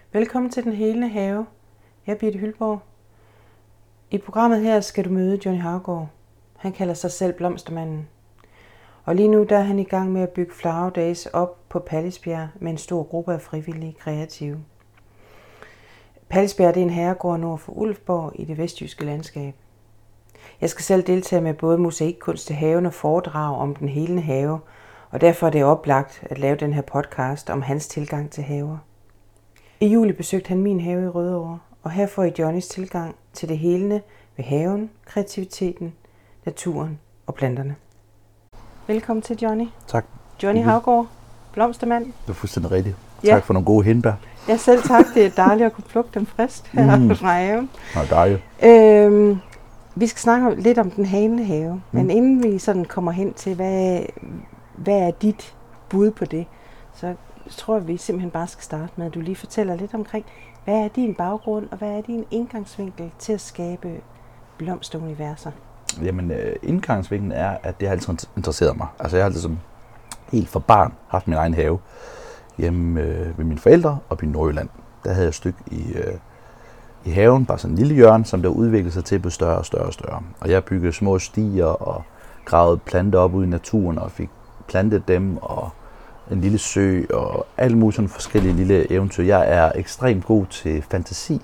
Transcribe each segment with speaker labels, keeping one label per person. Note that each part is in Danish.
Speaker 1: Velkommen til Den Helende Have. Jeg er Birthe Hyldborg. I programmet her skal du møde Johnny Haugaard. Han kalder sig selv Blomstermanden. Og lige nu der er han i gang med at bygge Flower Days op på Pallisbjerg med en stor gruppe af frivillige kreative. Pallisbjerg er en herregård nord for Ulfborg i det vestjyske landskab. Jeg skal selv deltage med både mosaikkunst til haven og foredrag om Den Helende Have, og derfor er det oplagt at lave den her podcast om hans tilgang til haver. I juli besøgte han min have i Rødovre, og her får I Johnnys tilgang til det helende ved haven, kreativiteten, naturen og planterne. Velkommen til, Johnny.
Speaker 2: Tak.
Speaker 1: Johnny Haugaard, Blomstermand.
Speaker 2: Det er fuldstændig rigtigt.
Speaker 1: Ja.
Speaker 2: Tak for nogle gode hindbær.
Speaker 1: Ja, selv tak. Det er dejligt at kunne plukke dem frisk her fra haven.
Speaker 2: Ja, dejligt.
Speaker 1: Vi skal snakke lidt om Den Helende Have, men inden vi sådan kommer hen til, hvad er dit bud på det, så tror jeg, vi simpelthen bare skal starte med, at du lige fortæller lidt omkring, hvad er din baggrund, og hvad er din indgangsvinkel til at skabe blomsteruniverser?
Speaker 2: Jamen, indgangsvinklen er, at det har altid interesseret mig. Altså, jeg har altid som helt fra barn haft min egen have hjemme ved mine forældre og i Nordjylland. Der havde jeg et stykke i haven, bare sådan en lille hjørne, som der udviklede sig til at blive større og større og større. Og jeg byggede små stier og gravede planter op ude i naturen og fik plantet dem og en lille sø og alle mulige sådan forskellige lille eventyr. Jeg er ekstremt god til fantasi.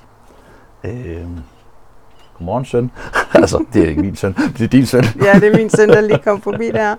Speaker 2: Godmorgen, søn. Altså, det er ikke min søn, det er din søn.
Speaker 1: Ja, det er min søn, der lige kom forbi der.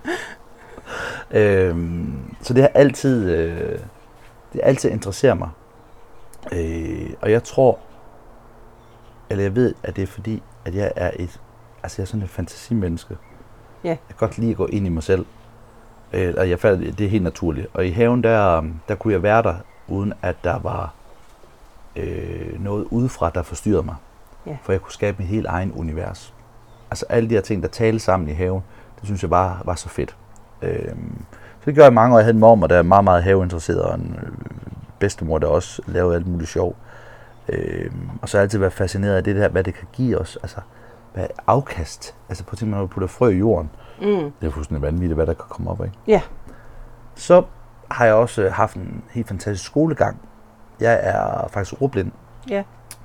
Speaker 2: Så det har altid interesseret mig. Og jeg tror, eller jeg ved, at det er fordi, at jeg er jeg er sådan et fantasimenneske.
Speaker 1: Ja.
Speaker 2: Jeg kan godt lide at gå ind i mig selv. Og det er helt naturligt. Og i haven, der kunne jeg være der, uden at der var noget udefra, der forstyrrede mig.
Speaker 1: Ja.
Speaker 2: For jeg kunne skabe mit helt egen univers. Altså alle de her ting, der talte sammen i haven, det synes jeg bare var så fedt. Så det gør jeg mange år. Jeg havde en mormor, der er meget, meget haveinteresseret, og en bedstemor, der også lavede alt muligt sjov. Og så har jeg altid været fascineret af det der, hvad det kan give os. Altså, hvad afkast. Altså på et når du putter frø i jorden. Det er fuldstændig vanvittigt, hvad der kan komme op, ikke?
Speaker 1: Ja.
Speaker 2: Så har jeg også haft en helt fantastisk skolegang. Jeg er faktisk ordblind.
Speaker 1: Ja.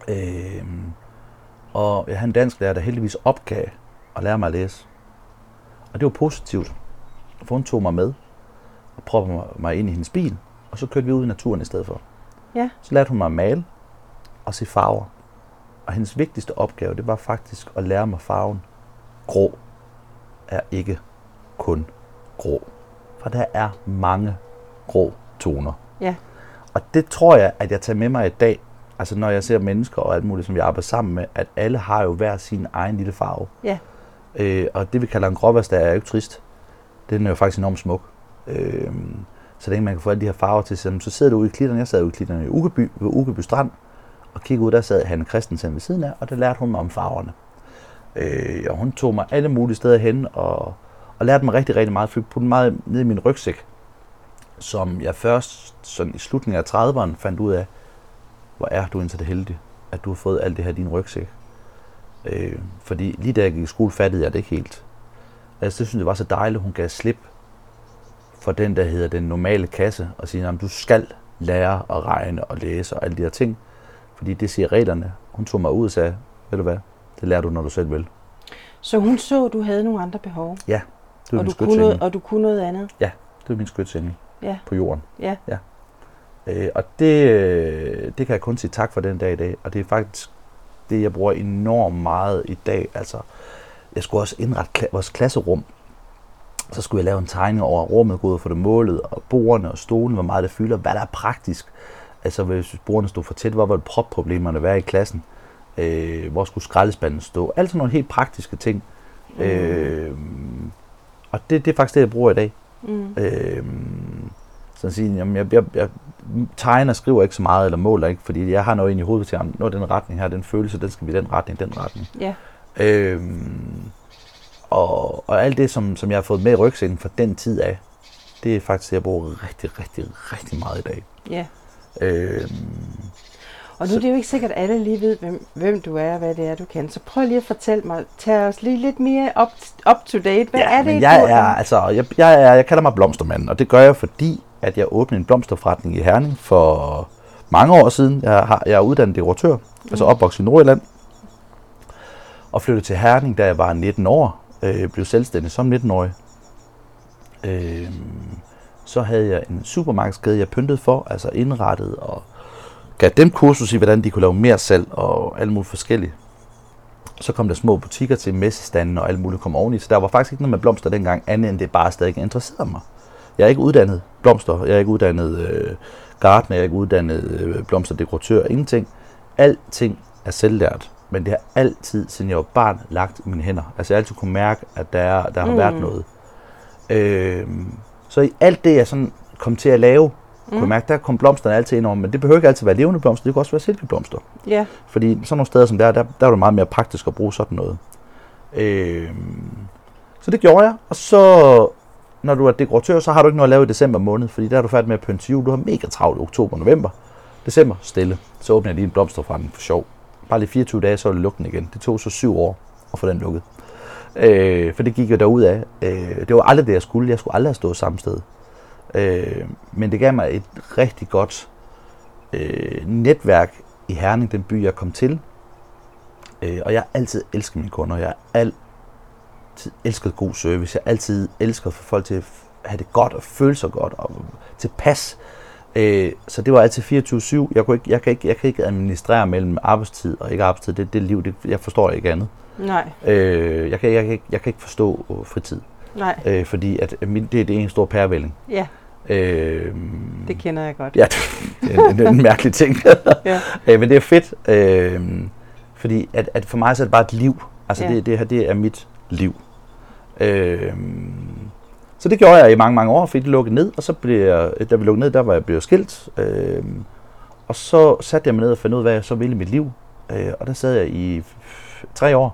Speaker 2: Og jeg havde en dansklærer, der heldigvis opgav at lære mig at læse. Og det var positivt. For hun tog mig med og proppede mig ind i hendes bil. Og så kørte vi ud i naturen i stedet for.
Speaker 1: Ja.
Speaker 2: Så lærte hun mig at male og se farver. Og hendes vigtigste opgave, det var faktisk at lære mig farven grå. Er ikke kun grå. For der er mange grå toner.
Speaker 1: Ja.
Speaker 2: Og det tror jeg, at jeg tager med mig i dag. Altså når jeg ser mennesker og alt muligt, som vi arbejder sammen med, at alle har jo hver sin egen lille farve.
Speaker 1: Ja.
Speaker 2: Og det vi kalder en gråbærster er jo ikke trist. Den er jo faktisk enormt smuk. Så længe man kan få alle de her farver til, så sidder du ude i klitterne. Jeg sad ude i klitterne i Ugeby, ved Ugeby Strand, og kiggede ud, der sad Hanne Christensen ved siden af, og der lærte hun mig om farverne. Og hun tog mig alle mulige steder hen, og lærte mig rigtig, rigtig meget. For jeg puttede meget ned i min rygsæk, som jeg først sådan i slutningen af 30'erne fandt ud af, hvor er du indtil det heldig, at du har fået alt det her i din rygsæk. Fordi lige da jeg gik i skole, fattede jeg det ikke helt. Altså, det synes jeg var så dejligt, hun gav slip for den, der hedder den normale kasse, og sige, at du skal lære at regne og læse og alle de her ting. Fordi det siger reglerne. Hun tog mig ud og sagde, ved du hvad, det lærer du, når du selv vil. Så
Speaker 1: hun så, at du havde nogle andre behov?
Speaker 2: Ja, det var min skytsengel.
Speaker 1: Og du kunne noget andet?
Speaker 2: Ja, det var min skytsengel på jorden.
Speaker 1: Ja.
Speaker 2: Og det kan jeg kun sige tak for den dag i dag. Og det er faktisk det, jeg bruger enormt meget i dag. Altså, jeg skulle også indrette vores klasserum. Så skulle jeg lave en tegning over rummet, gå ud for det målet, og bordene og stolene, hvor meget det fylder, hvad der er praktisk. Altså hvis bordene stod for tæt, hvor var det propproblemerne være i klassen? Hvor skulle skraldespanden stå? Alt sådan nogle helt praktiske ting. Og det er faktisk det, jeg bruger i dag. Så at sige, jamen, jeg tegner og skriver ikke så meget, eller måler ikke, fordi jeg har noget ind i hovedet til, noget den retning her, den følelse, den skal vi den retning.
Speaker 1: Ja.
Speaker 2: Og alt det, som jeg har fået med i rygsækken fra den tid af, det er faktisk det, jeg bruger rigtig, rigtig, rigtig meget i dag.
Speaker 1: Ja. Og nu er det jo ikke sikkert, at alle lige ved, hvem du er og hvad det er, du kan. Så prøv lige at fortælle mig, tag os lige lidt mere up to date. Hvad er det,
Speaker 2: jeg kalder mig Blomstermanden, og det gør jeg, fordi at jeg åbnede en blomsterforretning i Herning for mange år siden. Jeg er uddannet dekoratør, altså opvokset i Nordjylland. Og flyttede til Herning, da jeg var 19 år. Blev selvstændig som 19-årig. Så havde jeg en supermarkedskæde, jeg pyntede for, altså indrettet og gav dem kursus i, hvordan de kunne lave mere salg og alt muligt forskelligt. Så kom der små butikker til messestanden og alt muligt kom oveni. Så der var faktisk ikke noget med blomster dengang, andet end det bare stadig interesserede mig. Jeg er ikke uddannet blomster, jeg er ikke uddannet gartner, jeg er ikke uddannet blomsterdekoratør, ingenting. Alting er selvlært, men det har altid, siden jeg var barn, lagt i mine hænder. Altså jeg har altid kunne mærke, at der har været noget. Så i alt det, jeg sådan kom til at lave, kunne jeg mærke, der kom blomsterne altid ind over, men det behøver ikke altid være levende blomster, det kunne også være silkeblomster.
Speaker 1: Ja. Fordi
Speaker 2: sådan nogle steder som der var det meget mere praktisk at bruge sådan noget. Så det gjorde jeg, og så, når du er dekoratør, så har du ikke noget at lave i december måned, fordi der er du færdig med at pynte til jul, du har mega travlt i oktober, november, december, stille. Så åbner jeg lige en blomsterforretning for sjov. Bare lige 24 dage, så er det lukket igen. Det tog så 7 år at få den lukket. For det gik jo derud af. Det var aldrig det, jeg skulle. Jeg skulle aldrig have stået samme sted. Men det gav mig et rigtig godt netværk i Herning, den by, jeg kom til. Og jeg har altid elsket mine kunder. Jeg har altid elsket god service. Jeg har altid elsket at få folk til at have det godt og føle sig godt og tilpas. Så det var altid 24/7. Jeg kan ikke administrere mellem arbejdstid og ikke arbejdstid. Det liv, jeg forstår ikke andet.
Speaker 1: Nej.
Speaker 2: Jeg kan ikke forstå fritid.
Speaker 1: Nej.
Speaker 2: Fordi at det er en stor pærevælling.
Speaker 1: Ja. Det kender jeg godt.
Speaker 2: Ja, det er en mærkelig ting.
Speaker 1: Ja.
Speaker 2: Men det er fedt, fordi at for mig så er det bare et liv. Altså det her, det er mit liv. Så det gjorde jeg i mange, mange år, fordi det lukkede ned, og så da vi lukkede ned, der var jeg blevet skilt. Og så satte jeg mig ned og fandt ud af, hvad jeg så ville i mit liv. Og der sad jeg i 3 år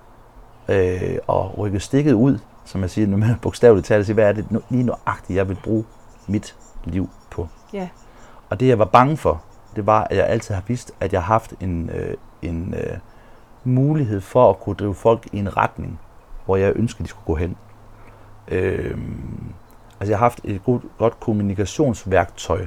Speaker 2: og rykkede stikket ud, som jeg siger, nu med bogstaveligt talt, hvad er det lige nøjagtigt, jeg vil bruge mit liv på.
Speaker 1: Yeah.
Speaker 2: Og det jeg var bange for, det var, at jeg altid har vidst, at jeg har haft en mulighed for at kunne drive folk i en retning, hvor jeg ønskede, de skulle gå hen. Altså jeg har haft et godt kommunikationsværktøj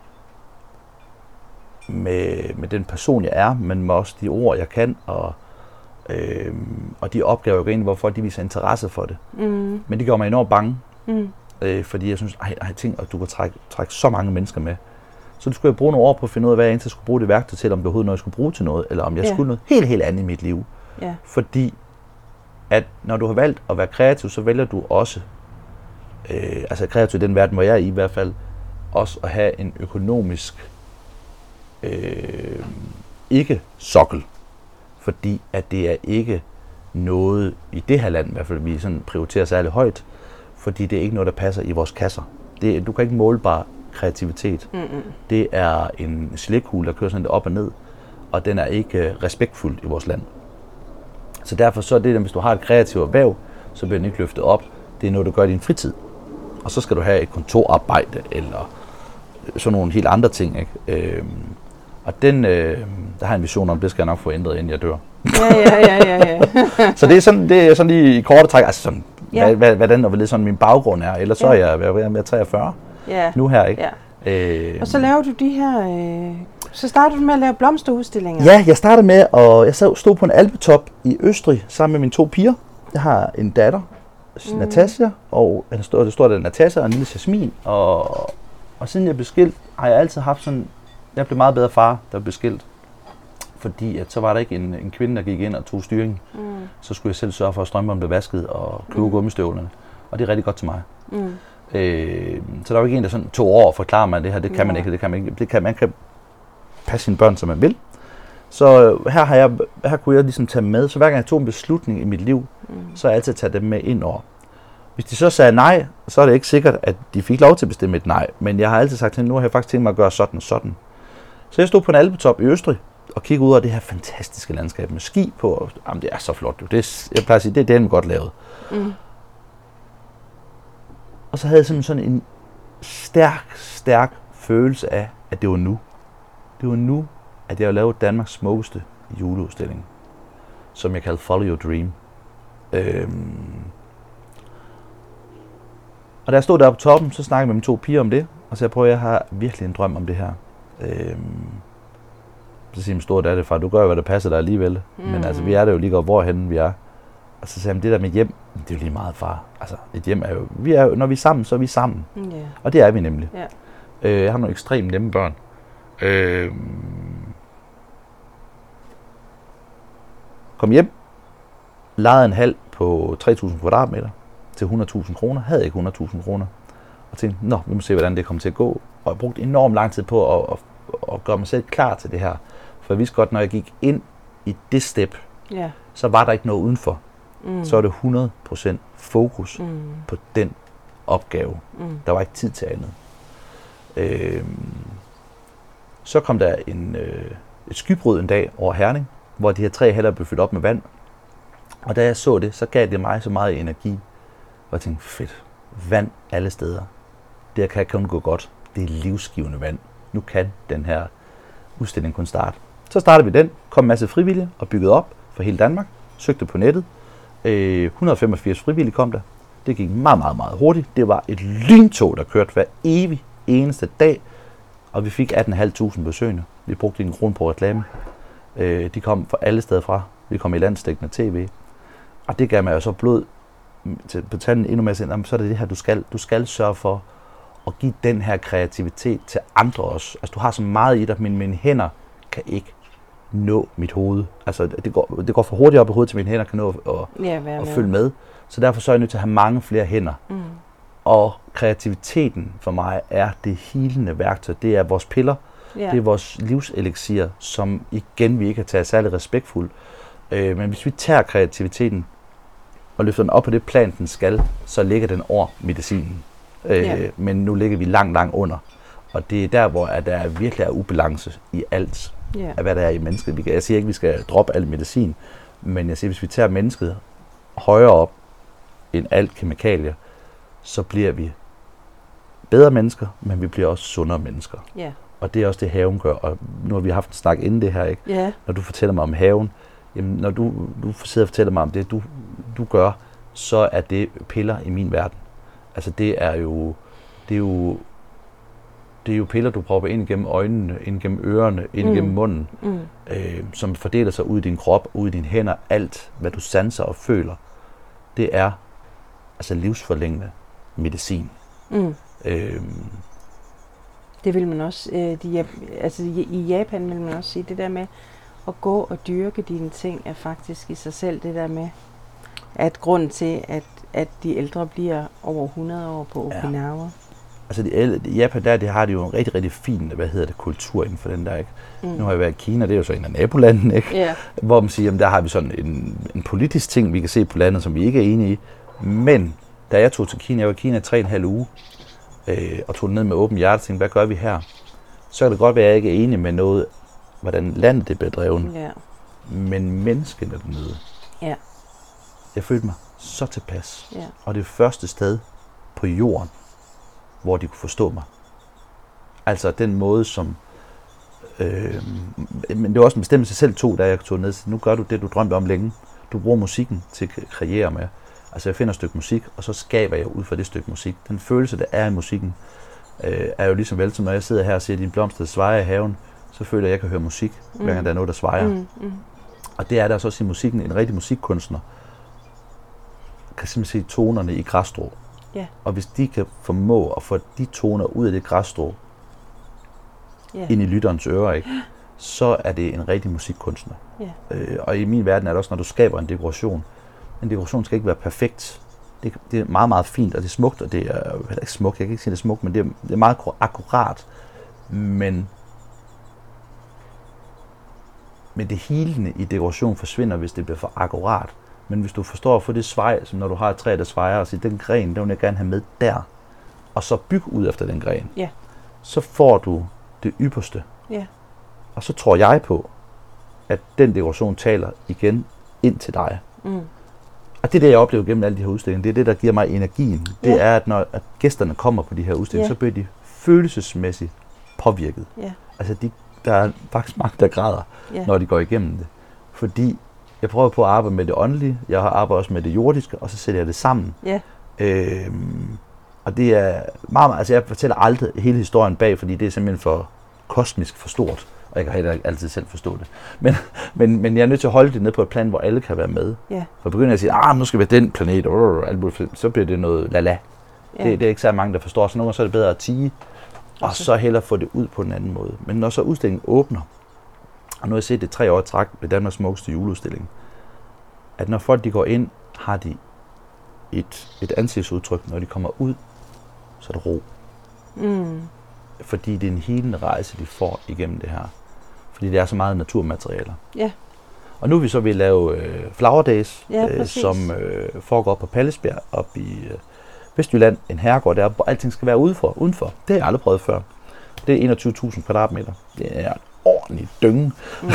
Speaker 2: med den person, jeg er, men med også de ord, jeg kan, og de opgaver, jeg går ind, hvor folk de viser interesse for det. Mm. Men det gjorde mig enormt bange, fordi jeg synes, jeg tænker, at du kan trække så mange mennesker med. Så det skulle jeg bruge nogle år på at finde ud af, hvad jeg egentlig skulle bruge det værktøj til, om det overhovedet noget, jeg skulle bruge til noget, eller om jeg skulle noget helt andet i mit liv. Yeah. Fordi at når du har valgt at være kreativ, så vælger du også, altså kreativ i den verden, hvor jeg er i hvert fald, også at have en økonomisk ikke-sokkel. Fordi at det er ikke noget, i det her land i hvert fald, vi sådan prioriterer særlig højt, fordi det er ikke noget, der passer i vores kasser. Du kan ikke måle bare kreativitet. Mm-hmm. Det er en slikkugle, der kører sådan op og ned, og den er ikke respektfuld i vores land. Så derfor så er det, at hvis du har et kreativt erhverv, så bliver den ikke løftet op. Det er noget, du gør i din fritid. Og så skal du have et kontorarbejde, eller sådan nogle helt andre ting, ikke? Og der har jeg en vision om, det skal jeg nok få ændret, inden jeg dør.
Speaker 1: Ja.
Speaker 2: Så det er sådan lige i korte træk, altså sådan, hvordan og hvad sådan min baggrund er. Ellers så er jeg ved 43 nu her, ikke?
Speaker 1: Ja. Og så laver du de her... Så startede du med at lave blomsterudstillinger?
Speaker 2: Ja, jeg startede med, og jeg stod på en alpetop i Østrig sammen med mine 2 piger. Jeg har en datter, Natasja, og der står der Natasja og en lille Jasmin. Og siden jeg blev skilt, har jeg altid haft sådan... Jeg blev meget bedre far, da jeg blev skilt. Fordi at så var der ikke en kvinde, der gik ind og tog styringen. Så skulle jeg selv sørge for, at strømperne blev vasket og købe gummistøvlerne. Og det er rigtig godt til mig. Så der var ikke en, der sådan 2 år forklarer mig det her. Det kan man ikke. Man kan passe sine børn, som man vil. Så her kunne jeg ligesom tage med. Så hver gang jeg tog en beslutning i mit liv, så har jeg altid taget dem med ind over. Hvis de så sagde nej, så er det ikke sikkert, at de fik lov til at bestemme et nej. Men jeg har altid sagt til hende, nu har jeg faktisk tænkt mig at gøre sådan og sådan. Så jeg stod på en alpetop i Østrig og kiggede ud over det her fantastiske landskab med ski på. Jamen, det er så flot. Jeg plejer at sige, det er den godt lavet. Og så havde jeg sådan en stærk følelse af, at det var nu. Det var nu, at jeg lavede Danmarks smukkeste juleudstilling, som jeg kaldte Follow Your Dream. Og da jeg stod der på toppen, så snakkede jeg med mine 2 piger om det, og så jeg prøvede, jeg har virkelig en drøm om det her. Så siger min store datter, far, du gør hvad der passer dig alligevel. Men altså, vi er der jo lige godt, hvorhenne vi er. Og så sagde han, det der med hjem, det er jo lige meget, far. Altså, et hjem er jo, når vi er sammen, så er vi sammen.
Speaker 1: Yeah.
Speaker 2: Og det er vi nemlig.
Speaker 1: Yeah.
Speaker 2: Jeg har nogle ekstremt nemme børn. Kom hjem, lejede en hal på 3.000 kvadratmeter til 100.000 kroner. Havde ikke 100.000 kroner. Og tænkte, vi må se, hvordan det kommer til at gå. Og jeg brugte enormt lang tid på at gøre mig selv klar til det her. For jeg vidste godt, når jeg gik ind i det step, så var der ikke noget udenfor. Så var det 100% fokus på den opgave. Der var ikke tid til andet. Så kom der et skybrud en dag over Herning, hvor de her 3 haller blev fyldt op med vand. Og da jeg så det, så gav det mig så meget energi. Og jeg tænkte, fedt, vand alle steder. Det kan kun gå godt. Det er livsgivende vand. Nu kan den her udstilling kun starte. Så startede vi den, kom en masse frivillige og byggede op for hele Danmark. Søgte på nettet. 185 frivillige kom der. Det gik meget, meget, meget hurtigt. Det var et lyntog, der kørte hver evig eneste dag. Og vi fik 18.500 besøgende. Vi brugte 1 krone på reklame. De kom fra alle steder fra. Vi kom i landsdækkende tv. Og det gav mig jo så blod på tanden endnu mere. Så er det her, du skal. Du skal sørge for at give den her kreativitet til andre også. Altså, du har så meget i dig, men mine hænder kan ikke nå mit hoved. Altså, det går for hurtigt op i hovedet, til mine hænder kan nå at følge med. Så derfor så er jeg nødt til at have mange flere hænder. Og kreativiteten for mig er det healende værktøj. Det er vores piller. Det er vores livselixier, som igen vi ikke kan tage særlig respektfuldt. Men hvis vi tager kreativiteten og løfter den op på det plan, den skal, så ligger den over medicinen. Men nu ligger vi langt under. Og det er der, hvor der virkelig er ubalance i alt, af hvad der er i mennesket. Jeg siger ikke, at vi skal droppe al medicin, men jeg siger, hvis vi tager mennesket højere op end alt kemikalier, så bliver vi bedre mennesker, men vi bliver også sundere mennesker. Og det er også det, haven gør. Og nu har vi haft en snak inden det her, ikke? Når du fortæller mig om haven, jamen, når du sidder og fortæller mig om det, du gør, så er det piller i min verden. Altså det er jo piller, du propper ind gennem øjnene, ind gennem ørerne, ind gennem munden, som fordeler sig ud i din krop, ud i dine hænder, alt hvad du sanser og føler. Det er altså livsforlængende medicin.
Speaker 1: Det vil man også, i Japan vil man også sige, det der med at gå og dyrke dine ting, er faktisk i sig selv det der med, at grunden til, at de ældre bliver over 100 år på Okinawa.
Speaker 2: Altså i Japan der, har de jo en rigtig, rigtig fin, kultur inden for den der, ikke? Nu har jeg været i Kina, det er jo så en af nabolandene, ikke? Hvor man siger, jamen der har vi sådan en politisk ting, vi kan se på landet, som vi ikke er enige i. Men da jeg tog til Kina, jeg var i Kina 3,5 uge, og tog ned med åben hjerte og tænkte, hvad gør vi her? Så kan det godt være, at jeg ikke er enig med noget, hvordan landet det bliver drevet. Men menneskene dernede, jeg følte mig så tilpas. Og det første sted på jorden, hvor de kunne forstå mig. Altså den måde, som... men det var også en bestemmelse selv da jeg tog ned. Nu gør du det, du drømte om længe. Du bruger musikken til at kreere med. Altså jeg finder et stykke musik, og så skaber jeg ud fra det stykke musik. Den følelse, der er i musikken, er jo ligesom vel, som når jeg sidder her og ser dine blomster, der svejer i haven, så føler jeg, at jeg kan høre musik, hver gang der er noget, der svejer. Og det er der så også i musikken. En rigtig musikkunstner kan simpelthen se tonerne i græsstrå. Og hvis de kan formå at få de toner ud af det græsstrå ind i lytterens ører, ikke, så er det en rigtig musikkunstner. Og i min verden er det også, når du skaber en dekoration. En dekoration skal ikke være perfekt. Det er meget, meget fint, og det er smukt, og det er heller ikke smukt. Jeg kan ikke sige, det er smukt, men det er meget akkurat. Men det healende i dekoration forsvinder, hvis det bliver for akkurat. Men hvis du forstår at få det svej, som når du har et træ, der svejer, og siger, den gren, den vil jeg gerne have med der, og så bygge ud efter den gren, så får du det ypperste. Og så tror jeg på, at den dekoration taler igen ind til dig. Og det er det, jeg oplever gennem alle de her udstillinger. Det er det, der giver mig energien. Det er, at når gæsterne kommer på de her udstillinger, så bliver de følelsesmæssigt påvirket. Altså, der er faktisk mange, der græder, når de går igennem det. Fordi jeg prøver på at arbejde med det åndelige, jeg har arbejdet også med det jordiske, og så sætter jeg det sammen. Og det er meget, altså jeg fortæller aldrig hele historien bag, fordi det er simpelthen kosmisk for stort, og jeg kan heller ikke altid selv forstå det. Men jeg er nødt til at holde det ned på et plan, hvor alle kan være med.
Speaker 1: Ja.
Speaker 2: For begynder jeg at sige, nu skal vi have den planet, så bliver det noget lala. Ja. Det er ikke så mange, der forstår. Så nogle gange så er det bedre at tie, og så hellere få det ud på en anden måde. Men når så udstillingen åbner, og nu har jeg set det 3 år i træk ved Danmarks smukkeste juleudstilling, at når folk de går ind, har de et ansigtsudtryk, når de kommer ud, så er det ro. Fordi det er en helende rejse, de får igennem det her. Fordi det er så meget naturmaterialer.
Speaker 1: Ja.
Speaker 2: Og nu er vi så ved at lave Flower Days, som foregår på Pallesbjerg op i Vestjylland, en herregård der, hvor alting skal være udenfor. Det har jeg aldrig prøvet før. Det er 21.000 kvadratmeter. Det er en ordentlig dynge.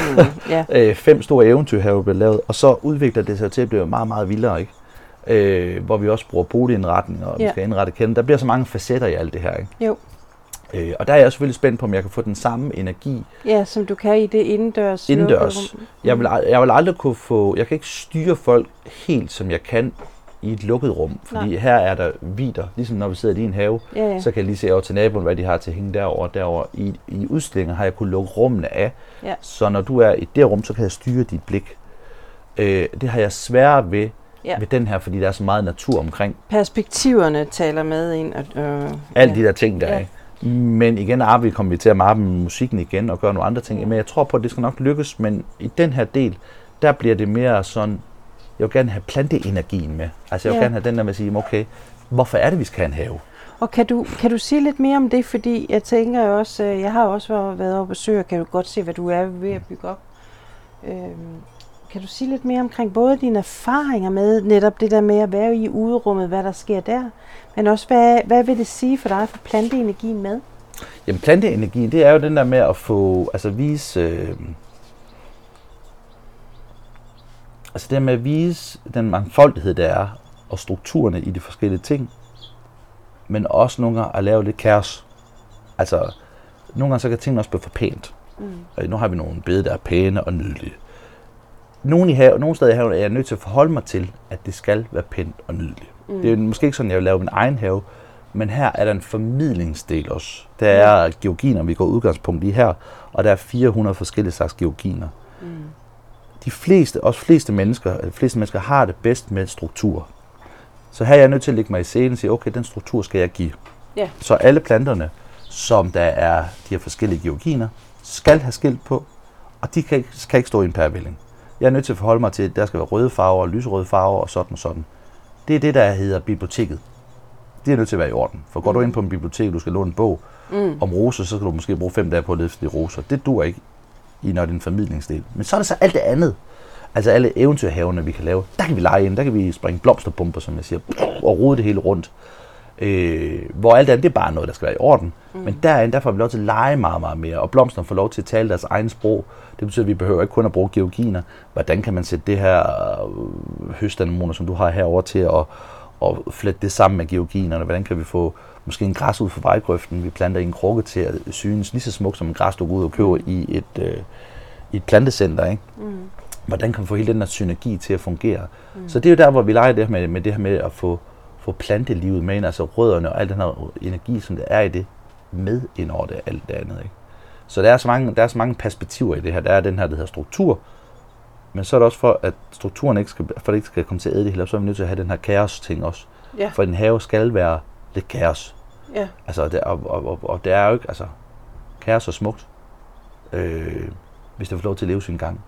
Speaker 2: 5 store eventyr har jo blevet lavet, og så udvikler det sig til at blive meget, meget vildere, ikke? Hvor vi også bruger boligindretning, og vi skal indrette kælden. Der bliver så mange facetter i alt det her, ikke?
Speaker 1: Jo.
Speaker 2: Og der er jeg selvfølgelig spændt på, om jeg kan få den samme energi.
Speaker 1: Ja, som du kan i det indendørs.
Speaker 2: Jeg vil aldrig kunne få. Jeg kan ikke styre folk helt, som jeg kan i et lukket rum. Fordi her er der vidder. Ligesom når vi sidder i en have, så kan jeg lige se over til naboen, hvad de har til at hænge derovre. I udstillinger har jeg kunnet lukke rummene af. Ja. Så når du er i det rum, så kan jeg styre dit blik. Det har jeg sværere ved den her, fordi der er så meget natur omkring.
Speaker 1: Perspektiverne taler med ind.
Speaker 2: Alle de der ting, der er. Men igen kommer vi til at mappe musikken igen og gøre nogle andre ting. Men jeg tror på, at det skal nok lykkes. Men i den her del, der bliver det mere sådan, jeg vil gerne have planteenergien med. Altså jeg vil gerne have den der med at sige, okay, hvorfor er det, vi skal have en have?
Speaker 1: Og kan du sige lidt mere om det? Fordi jeg tænker jo også, jeg har også været oppe og besøge, og kan du godt se, hvad du er ved at bygge op. Kan du sige lidt mere omkring både dine erfaringer med netop det der med at være i uderummet, hvad der sker der, men også hvad vil det sige for dig at få planteenergien med?
Speaker 2: Jamen planteenergien, det er jo den der med at få, vise, det med at vise den mangfoldighed, der er, og strukturerne i de forskellige ting, men også nogle gange at lave lidt kaos. Altså, nogle gange så kan tingene også blive for pænt. Nu har vi nogle bede, der er pæne og nydelige. Nogle steder i haven er jeg nødt til at forholde mig til, at det skal være pænt og nydeligt. Det er måske ikke sådan, at jeg vil lave min egen have, men her er der en formidlingsdel også. Der er georginer, vi går udgangspunkt i her, og der er 400 forskellige slags georginer. De fleste mennesker har det bedst med struktur. Så her er jeg nødt til at lægge mig i scenen og sige, okay, den struktur skal jeg give. Så alle planterne, som der er de her forskellige georginer, skal have skilt på, og de kan ikke stå i en pærevælling. Jeg er nødt til at forholde mig til, at der skal være røde farver, lyserøde farver og sådan og sådan. Det er det, der hedder biblioteket. Det er nødt til at være i orden. For går du ind på en bibliotek, og du skal låne en bog om roser, så skal du måske bruge 5 dage på at lede efter de roser. Det duer ikke, når det er en formidlingsdel. Men så er der så alt det andet. Altså alle eventyrhavene, vi kan lave. Der kan vi lege ind, der kan vi springe blomsterbomber, som jeg siger, og rode det hele rundt. Hvor alt andet, det er bare noget, der skal være i orden. Men der får vi lov til at lege meget, meget mere. Og blomsterne får lov til at tale deres egen sprog. Det betyder, at vi behøver ikke kun at bruge georginer. Hvordan kan man sætte det her høstanemoner, som du har herovre, til at flette det sammen med georginerne? Hvordan kan vi få måske en græs ud fra vejgrøften, vi planter i en krukke til at synes lige så smukt som en græs, du går ud og køber i et plantecenter, ikke? Hvordan kan vi få hele den her synergi til at fungere? Så det er jo der, hvor vi leger det her med det her med at få plantelivet med ind, altså rødderne og al den her energi, som der er i det, med ind over det, alt det andet, ikke? Så der er så mange perspektiver i det her. Der er den her, der hedder struktur, men så er det også for, at strukturen ikke skal komme til at æde det hele, så er vi nødt til at have den her kaos-ting også. Ja. For en have skal være lidt kaos. Ja. Altså, det er jo ikke, altså, kaos er smukt, hvis det får lov til at leve sin gang.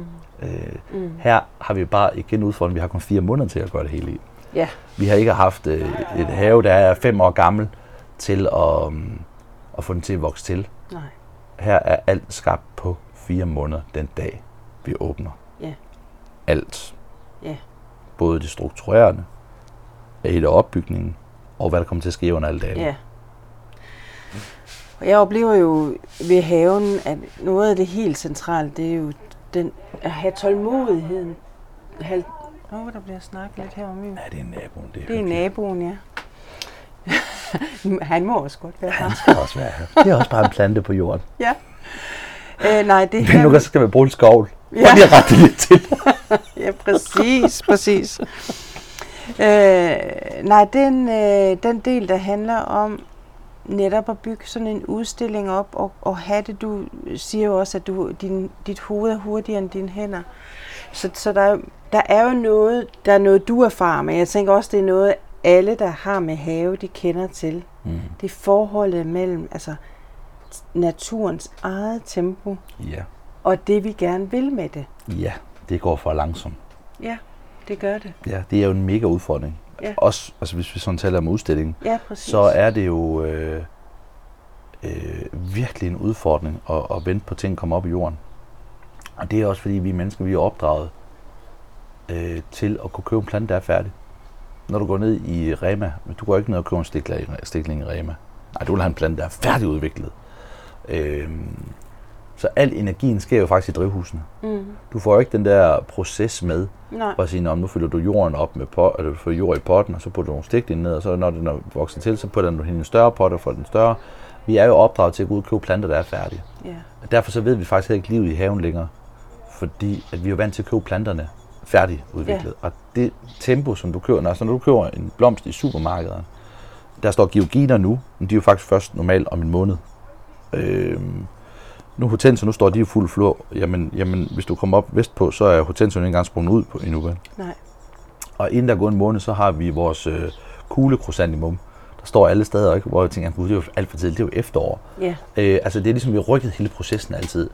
Speaker 2: Her har vi bare igen udfordringen, vi har kun 4 måneder til at gøre det hele i. Ja. Vi har ikke haft et have, der er 5 år gammel, til at få den til at vokse til. Nej. Her er alt skabt på 4 måneder den dag, vi åbner. Ja. Alt. Ja. Både det strukturerende, hele opbygningen, og hvad der kommer til at ske under alle dage. Ja.
Speaker 1: Og jeg oplever jo ved haven, at noget af det helt centrale, det er jo at have tålmodigheden. Der bliver snakket lidt heromme.
Speaker 2: Ja, det er naboen.
Speaker 1: Det er naboen, ja. Han må også godt være her.
Speaker 2: Han skal også være her. Det er også bare en plante på jorden.
Speaker 1: Ja. Nej, det
Speaker 2: her... Men nu skal vi bruge en skovl. Ja. Og lige rette det lidt til.
Speaker 1: Ja, præcis. Nej, den del, der handler om netop at bygge sådan en udstilling op og have det. Du siger jo også, at dit hoved er hurtigere end dine hænder. Så der er jo noget, du erfarer, men jeg tænker også, det er noget, alle, der har med have, de kender til. Det er forholdet mellem naturens eget tempo og det, vi gerne vil med det.
Speaker 2: Ja, det går for langsomt.
Speaker 1: Ja, det gør det.
Speaker 2: Ja, det er jo en mega udfordring. Ja. Også, altså hvis vi sådan taler om udstillingen, så er det jo virkelig en udfordring at vente på ting komme op i jorden. Og det er også fordi, vi mennesker, vi er opdraget til at kunne købe en plante, der er færdig. Når du går ned i Rema, du går ikke ned og køber en stikling i Rema. Nej, du vil have en plante, der er færdigudviklet. Så al energien sker jo faktisk i drivhusene. Du får jo ikke den der proces med, at sige, nu fylder du jorden op med eller du får jord i potten, og så putter du nogle stikling ned, og så når den vokser til, så putter du hende en større pot og får den større. Vi er jo opdraget til at gå ud og købe planter, der er færdige. Og derfor så ved vi faktisk ikke livet i haven længere, fordi at vi er vant til at købe planterne færdigudviklet. Og det tempo, som du køber, når du køber en blomst i supermarkederne, der står georginer nu, men de er jo faktisk først normalt om en måned. Nu hortensia, nu står de i fuld flor. Jamen, hvis du kommer op vestpå, så er hortensia ikke engang sprunget ud på endnu.
Speaker 1: Nej.
Speaker 2: Og inden der går en måned, så har vi vores kuglekrysantemum. Der står alle steder, ikke? Hvor jeg tænker, det er jo alt for tidligt, det er jo efterår. Altså det er ligesom, vi har rykket hele processen altid.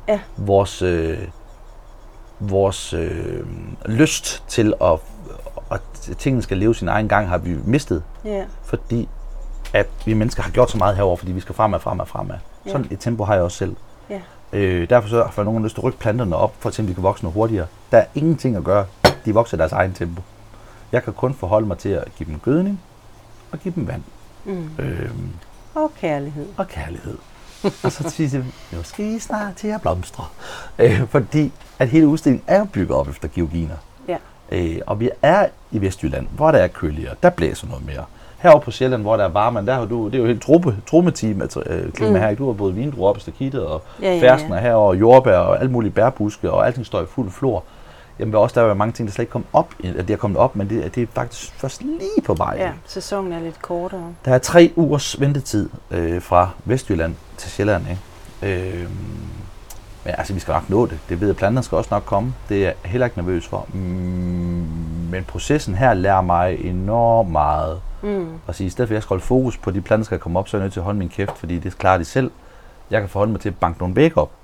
Speaker 2: Vores lyst til at tingene skal leve sin egen gang, har vi mistet. Fordi at vi mennesker har gjort så meget herover, fordi vi skal fremad. Sådan et tempo har jeg også selv. Derfor så har nogen lyst til at rykke planterne op, for at de kan vokse noget hurtigere. Der er ingenting at gøre. De vokser deres egen tempo. Jeg kan kun forholde mig til at give dem gødning og give dem vand.
Speaker 1: Og kærlighed.
Speaker 2: Og så siger de, nu skal I snart til at blomstre. Fordi at hele udstillingen er bygget op efter georginer. Og vi er i Vestjylland, hvor der er køligere. Der blæser noget mere. Heroppe på Sjælland, hvor der er varme, der har du, det er jo helt trometime klima her. Du har både vindruer op i stakittet, og fersken er herovre, jordbær og alle mulige bærbuske, og alting står i fuld flor. Jamen også der er mange ting, der slet ikke kommet op, at det er kommet op, men det er faktisk først lige på vej.
Speaker 1: Ja, sæsonen er lidt kortere.
Speaker 2: Der er 3 ugers ventetid fra Vestjylland til Sjælland, ikke? Men altså, vi skal nok nå det. Det ved jeg, planterne skal også nok komme. Det er jeg heller ikke nervøs for. Men processen her lærer mig enormt meget. Og sige, i stedet for at jeg skal holde fokus på, at de planter skal komme op, så er jeg nødt til at holde min kæft, fordi det klarer de selv. Jeg kan forholde mig til at banke nogle væg op.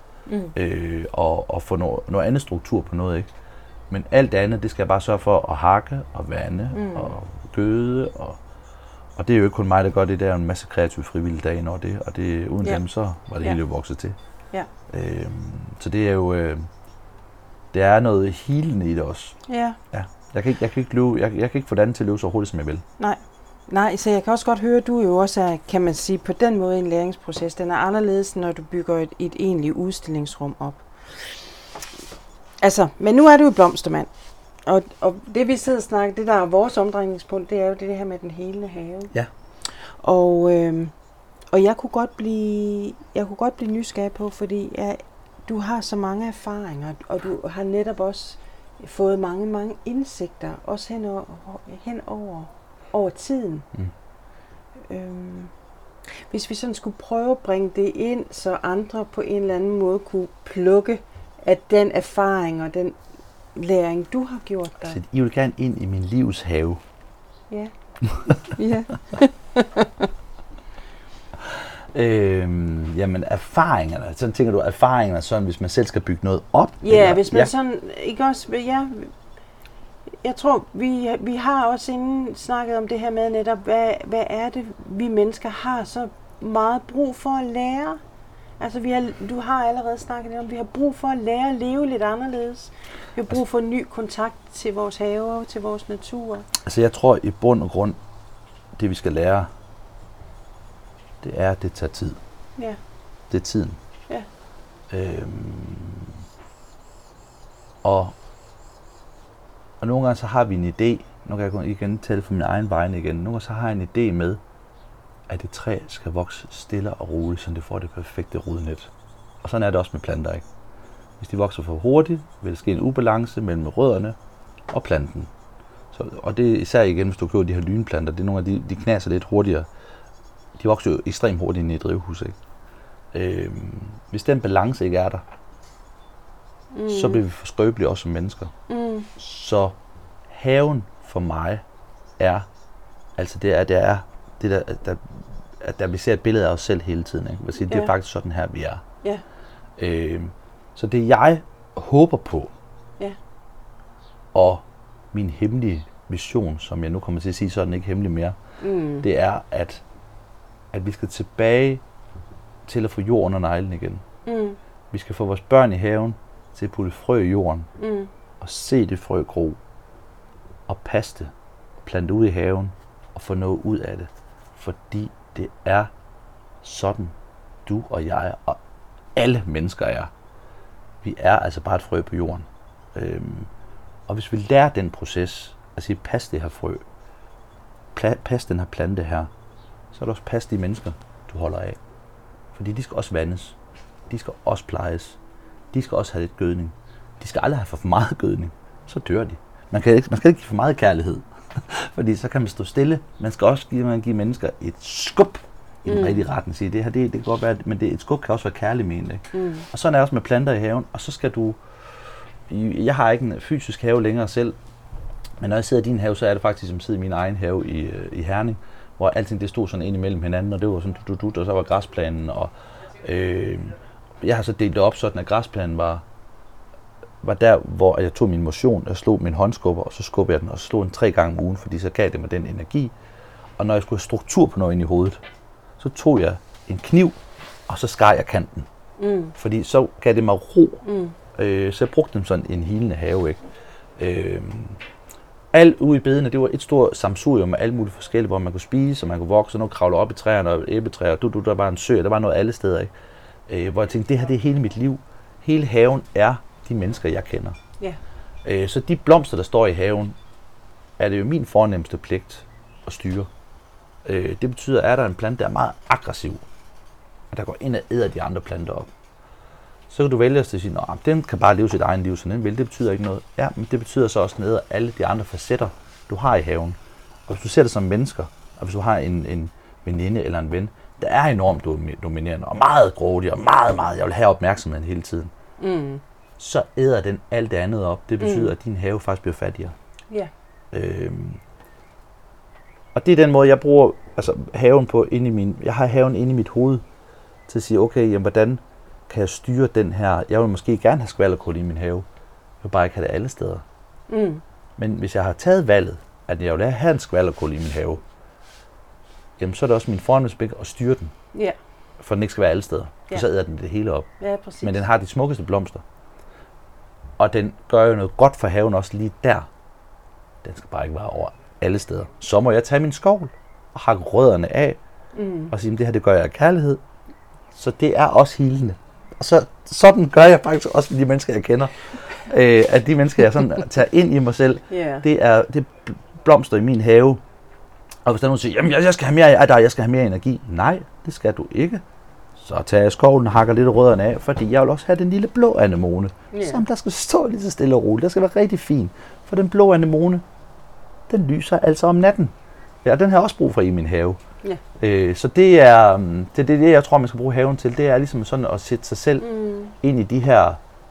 Speaker 2: Og få noget andet struktur på noget, ikke? Men alt det andet, det skal jeg bare sørge for at hakke og vande og gøde. Og det er jo ikke kun mig, der gør det. Der er en masse kreative frivillige dage når det. Og det, uden dem, så var det hele jo vokset til. Så det er jo... det er noget healende i det også. Jeg kan ikke få det andet til at løbe så hurtigt, som jeg vil.
Speaker 1: Nej, så jeg kan også godt høre, at du jo også er, kan man sige, på den måde en læringsproces. Den er anderledes, når du bygger et egentligt udstillingsrum op. Altså, men nu er du jo blomstermand. Og det vi sidder og snakker, det der er vores omdrejningspunkt, det er jo det her med den hele have. Og jeg kunne godt blive nysgerrig på, fordi du har så mange erfaringer, og du har netop også fået mange indsigter, også hen over tiden. Hvis vi sådan skulle prøve at bringe det ind, så andre på en eller anden måde kunne plukke af den erfaring og den læring, du har gjort dig.
Speaker 2: Så I vil gerne ind i min livs have.
Speaker 1: Ja.
Speaker 2: Jamen erfaringerne, sådan tænker du erfaringerne sådan, hvis man selv skal bygge noget op?
Speaker 1: Ja, hvis man sådan, ikke også, jeg tror, vi har også inden snakket om det her med netop, hvad er det, vi mennesker har så meget brug for at lære? Altså, du har allerede snakket om, vi har brug for at lære at leve lidt anderledes. Vi har brug for en ny kontakt til vores haver, til vores natur.
Speaker 2: Altså, jeg tror i bund og grund, det vi skal lære, det er, at det tager tid. Det er tiden. Og nogle gange så har vi en idé, nu kan jeg igen tale for min egen vegne igen, nogle gange så har jeg en idé med, at et træ skal vokse stille og roligt, så det får det perfekte rodnet. Og sådan er det også med planter, ikke? Hvis de vokser for hurtigt, vil der ske en ubalance mellem rødderne og planten. Og det er især igen, hvis du køber de her lynplanter, det er nogle af de knaser lidt hurtigere. de vokser jo ekstremt hurtigt inde i et drivhus, ikke? Hvis den balance ikke er der, så bliver vi for skrøbelige også som mennesker. Så haven for mig er, altså det er det der vi ser et billede af os selv hele tiden, ikke? Det er faktisk sådan her, vi er.
Speaker 1: Ja.
Speaker 2: Så det jeg håber på, og min hemmelige vision, som jeg nu kommer til at sige, så er den ikke hemmelig mere, det er, at vi skal tilbage til at få jord under neglen igen. Vi skal få vores børn i haven til at putte frø i jorden, og se det frø gro, og passe det, plante ud i haven, og få noget ud af det. Fordi det er sådan, du og jeg og alle mennesker er. Vi er altså bare et frø på jorden. Og hvis vi lærer den proces, at sige, pas det her frø, pas den her plante her, så er det også pas de mennesker, du holder af. Fordi de skal også vandes. De skal også plejes. De skal også have lidt gødning. De skal aldrig have for meget gødning. Så dør de. Man skal ikke give for meget kærlighed. Fordi så kan man stå stille. Man skal også give mennesker et skub i den rigtige retning. Sige, det her, det kan godt være, men et skub kan også være kærligt ment. Og sådan er det også med planter i haven. Og så skal du... Jeg har ikke en fysisk have længere selv. Men når jeg sidder i din have, så er det faktisk som sidder i min egen have i Herning. Hvor alting det stod sådan ind imellem hinanden. Og det var sådan og så var græsplænen. Og jeg har så delt det op sådan, at græsplænen var der, hvor jeg tog min motion, jeg slog min håndskubber, og så skubbede jeg den, og så slog den 3 gange om ugen, fordi så gav det mig den energi. Og når jeg skulle have struktur på noget ind i hovedet, så tog jeg en kniv, og så skar jeg kanten. Fordi så gav det mig ro. Så jeg brugte dem sådan en hilende have, ikke? Alt ude i bedene, det var et stort samsurium med alle mulige forskellige, hvor man kunne spise, og man kunne vokse, og noget kravle op i træerne, og æbletræer, og der var en sø, der var noget alle steder, ikke? Hvor jeg tænkte, det her det er hele mit liv. Hele haven er de mennesker, jeg kender. Så de blomster, der står i haven, er det jo min fornemmeste pligt at styre. Det betyder, at er der en plante, der er meget aggressiv, og der går ind og æder de andre planter op, så kan du vælge at sige, at den kan bare leve sit egen liv, så den vil. Det betyder ikke noget. Ja, men det betyder så også ned alle de andre facetter, du har i haven. Og hvis du ser det som mennesker, og hvis du har en veninde eller en ven, der er enormt dominerende, og meget grådig, og meget, jeg vil have opmærksomheden hele tiden, så æder den alt det andet op. Det betyder, at din have faktisk bliver fattigere. Og det er den måde, jeg bruger haven på jeg har haven inde i mit hoved, til at sige, okay, jamen, hvordan kan jeg styre den her? Jeg vil måske gerne have skvalderkål i min have. Jeg vil bare ikke have det alle steder. Men hvis jeg har taget valget, at jeg vil have en skvalderkål i min have, jamen så er det også min fornemmelse at styre den. For den ikke skal være alle steder. For så æder den det hele op. Men den har de smukkeste blomster. Og den gør jo noget godt for haven også lige der. Den skal bare ikke være over alle steder. Så må jeg tage min skovl og hakke rødderne af. Og sige, det her det gør jeg af kærlighed. Så det er også hilende. Og sådan gør jeg faktisk også med de mennesker, jeg kender. At de mennesker, jeg sådan tager ind i mig selv, det er blomster i min have. Og hvis der er nogen, der siger, jamen jeg skal have mere af dig, jeg skal have mere energi. Nej, det skal du ikke. Så tager jeg skovlen og hakker lidt rødderne af, fordi jeg vil også have den lille blå anemone, som der skal stå lige så stille og roligt. Der skal være rigtig fin, for den blå anemone, den lyser altså om natten. Ja, den har jeg også brug for i min have. Så det er det, jeg tror, man skal bruge haven til. Det er ligesom sådan at sætte sig selv ind i de her,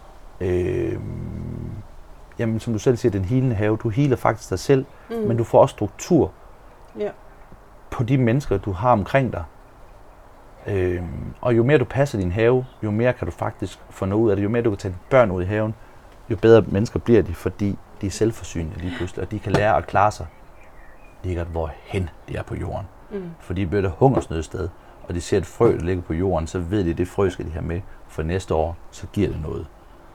Speaker 2: jamen som du selv siger, den hilende have. Du healer faktisk dig selv, men du får også struktur på de mennesker, du har omkring dig. Og jo mere du passer din have, jo mere kan du faktisk få noget ud af det. Jo mere du kan tage dine børn ud i haven, jo bedre mennesker bliver de, fordi de er selvforsynende lige pludselig, og de kan lære at klare sig ligger hvorhen de er på jorden. For de bliver der hungersnød sted, og de ser et frø, der ligger på jorden, så ved de, at det frø skal de have med, for næste år, så giver det noget.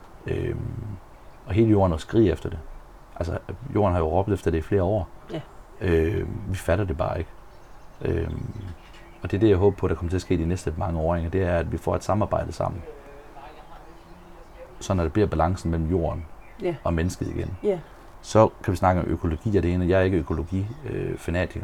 Speaker 2: Og hele jorden og skriger efter det. Altså, jorden har jo råbt efter det i flere år. Vi fatter det bare ikke. Og det er det, jeg håber på, der kommer til at ske de næste mange år, det er, at vi får et samarbejde sammen. Så når det bliver balancen mellem jorden og mennesket igen. Så kan vi snakke om økologi af det ene. Jeg er ikke økologi-fanatiker.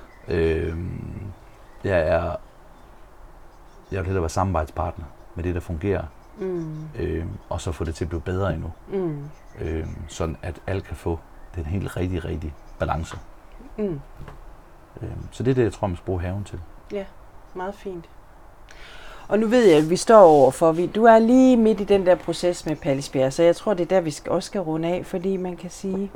Speaker 2: Jeg vil hellere være samarbejdspartner med det, der fungerer. Og så få det til at blive bedre endnu. Sådan at alle kan få den helt rigtig balance. Så det er det, jeg tror, man skal bruge haven til.
Speaker 1: meget fint. Og nu ved jeg, at vi står overfor, du er lige midt i den der proces med Pallisbjerg, så jeg tror, det er der, vi også skal runde af, fordi man kan sige,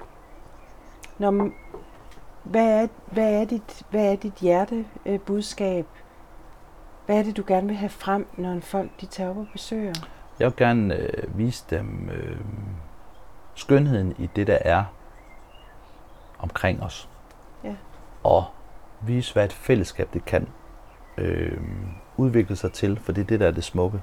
Speaker 1: hvad er dit hjertebudskab? Hvad er det, du gerne vil have frem, når folk de tager op og besøger?
Speaker 2: Jeg vil gerne vise dem skønheden i det, der er omkring os.
Speaker 1: Ja.
Speaker 2: Og vise, hvad et fællesskab det kan udvikle sig til, for det er det, der er det smukke.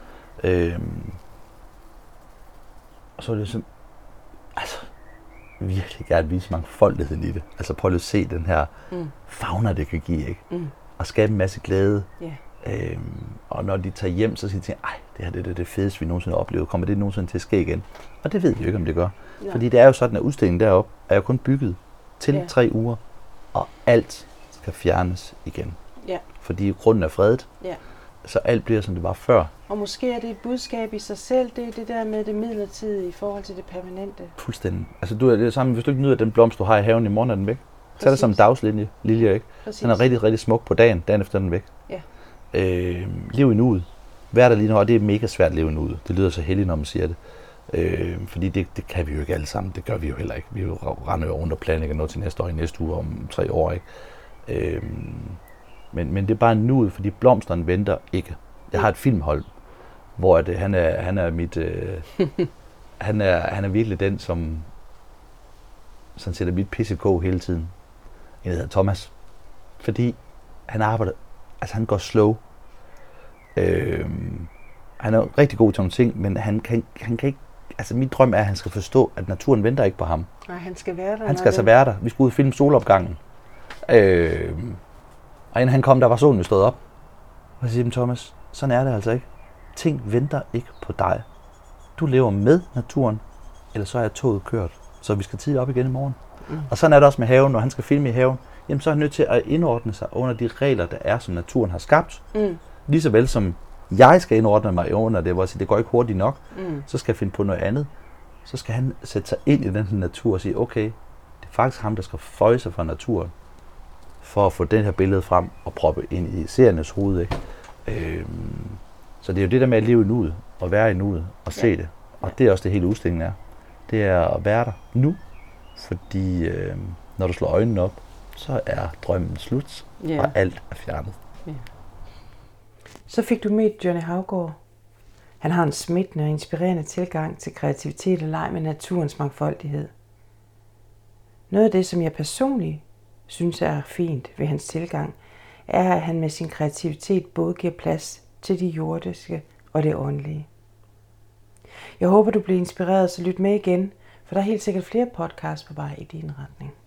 Speaker 2: Og så er det sådan, virkelig gerne vise mangfoldigheden i det. Altså prøv at se den her fauna, det kan give, ikke? Og skabe en masse glæde.
Speaker 1: Yeah.
Speaker 2: Og når de tager hjem, så siger de, det her det er det fedeste, vi nogensinde har oplevet. Kommer det nogensinde til at ske igen? Og det ved vi jo ikke, om det gør. Ja. Fordi det er jo sådan, at udstillingen deroppe er jo kun bygget til 3 uger, og alt skal fjernes igen.
Speaker 1: Ja.
Speaker 2: Fordi grunden er fredet, så alt bliver, som det var før.
Speaker 1: Og måske er det et budskab i sig selv, det er det der med det midlertidige i forhold til det permanente.
Speaker 2: Fuldstændig. Altså det er det samme, hvis du ikke nyder den blomst, du har i haven i morgen, er den væk. Så er det som en dagslinje, lilje, ikke? Præcis. Den er rigtig, rigtig smuk på dagen efter den væk.
Speaker 1: Ja.
Speaker 2: Lev i nuet. Vær der lige nu, og det er mega svært at leve i nuet. Det lyder så heldigt, når man siger det. Fordi det kan vi jo ikke alle sammen. Det gør vi jo heller ikke. Vi render jo rundt og planlægger noget til næste år, i næste uge om 3 år, ikke? Men det er bare nuet, fordi blomsterne venter ikke. Jeg har et filmhold, hvor han er mit... han er virkelig den, som sådan sætter mit pisse kog hele tiden. En hedder Thomas. Fordi han arbejder... Altså han går slow. Han er rigtig god til nogle ting, men han kan ikke... Altså min drøm er, at han skal forstå, at naturen venter ikke på ham.
Speaker 1: Nej, han skal være der.
Speaker 2: Han skal altså være der. Vi skulle ud og filme solopgangen. Og inden han kom, der var solen jo stået op. Og så siger jeg, Thomas, sådan er det altså ikke. Ting venter ikke på dig. Du lever med naturen, eller så er toget kørt. Så vi skal tidligt op igen i morgen. Og sådan er det også med haven. Når han skal filme i haven, jamen så er han nødt til at indordne sig under de regler, der er, som naturen har skabt. Lige så vel som jeg skal indordne mig under det, hvor jeg siger, det går ikke hurtigt nok. Så skal jeg finde på noget andet. Så skal han sætte sig ind i den her natur og sige, okay, det er faktisk ham, der skal føje sig fra naturen, for at få den her billede frem og proppe ind i seernes hoved. Ikke? Så det er jo det der med at leve i nuet, og være i nuet, og se det. Og det er også det hele udstillingen er. Det er at være der nu, fordi når du slår øjnene op, så er drømmen slut, og alt er fjernet.
Speaker 1: Yeah. Så fik du mødt Johnny Haugaard. Han har en smittende og inspirerende tilgang til kreativitet og leg med naturens mangfoldighed. Noget af det, som jeg personligt synes er fint ved hans tilgang, er, at han med sin kreativitet både giver plads til det jordiske og det åndelige. Jeg håber, du bliver inspireret, så lyt med igen, for der er helt sikkert flere podcasts på vej i din retning.